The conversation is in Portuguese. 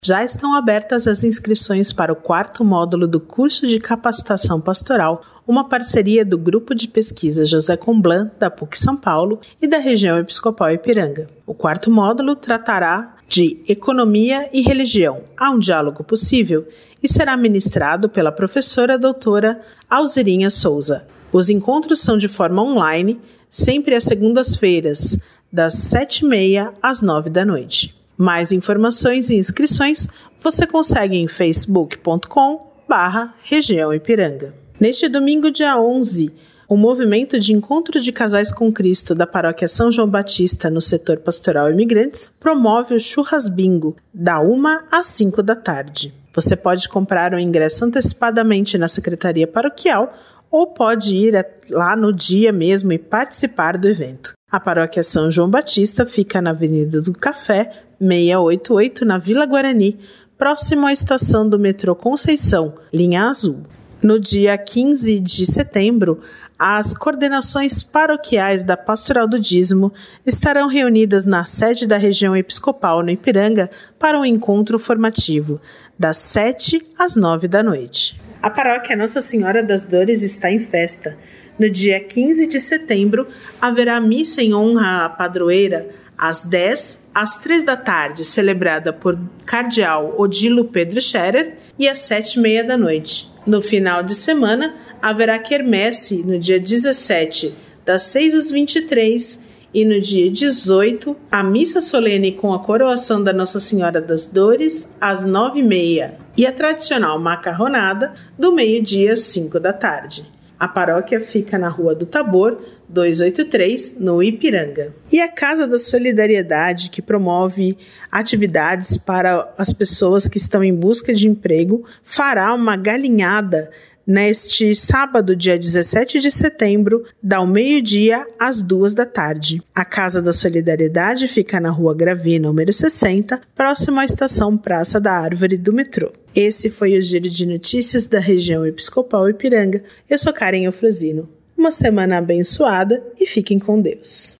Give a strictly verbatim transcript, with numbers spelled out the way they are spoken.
Já estão abertas as inscrições para o quarto módulo do curso de capacitação pastoral, uma parceria do Grupo de Pesquisa José Comblan, da P U C São Paulo e da região episcopal Ipiranga. O quarto módulo tratará de Economia e Religião, há um diálogo possível, e será ministrado pela professora doutora Alzirinha Souza. Os encontros são de forma online, sempre às segundas-feiras, das sete e meia às nove da noite. Mais informações e inscrições você consegue em facebook ponto com barra região Ipiranga. Neste domingo, dia onze, o movimento de encontro de casais com Cristo da paróquia São João Batista no setor pastoral imigrantes promove o Churras Bingo, da uma às cinco da tarde. Você pode comprar o ingresso antecipadamente na secretaria paroquial ou pode ir lá no dia mesmo e participar do evento. A paróquia São João Batista fica na Avenida do Café, seiscentos e oitenta e oito, na Vila Guarani, próximo à estação do metrô Conceição, linha azul. No dia quinze de setembro, as coordenações paroquiais da Pastoral do Dízimo estarão reunidas na sede da região episcopal no Ipiranga para um encontro formativo, das sete às nove da noite. A paróquia Nossa Senhora das Dores está em festa. No dia quinze de setembro, haverá missa em honra à padroeira às dez às três da tarde, celebrada por Cardeal Odilo Pedro Scherer, e às sete e meia da noite. No final de semana, haverá quermesse no dia dezessete, das seis às vinte e três, e no dia dezoito, a missa solene com a coroação da Nossa Senhora das Dores, às nove e meia, e a tradicional macarronada, do meio-dia às cinco da tarde. A paróquia fica na Rua do Tabor, duzentos e oitenta e três, no Ipiranga. E a Casa da Solidariedade, que promove atividades para as pessoas que estão em busca de emprego, fará uma galinhada neste sábado, dia dezessete de setembro, ao meio-dia às duas da tarde. A Casa da Solidariedade fica na Rua Gravi, número sessenta, próximo à estação Praça da Árvore do metrô. Esse foi o Giro de Notícias da região episcopal Ipiranga. Eu sou Karen Eufrosino. Uma semana abençoada e fiquem com Deus.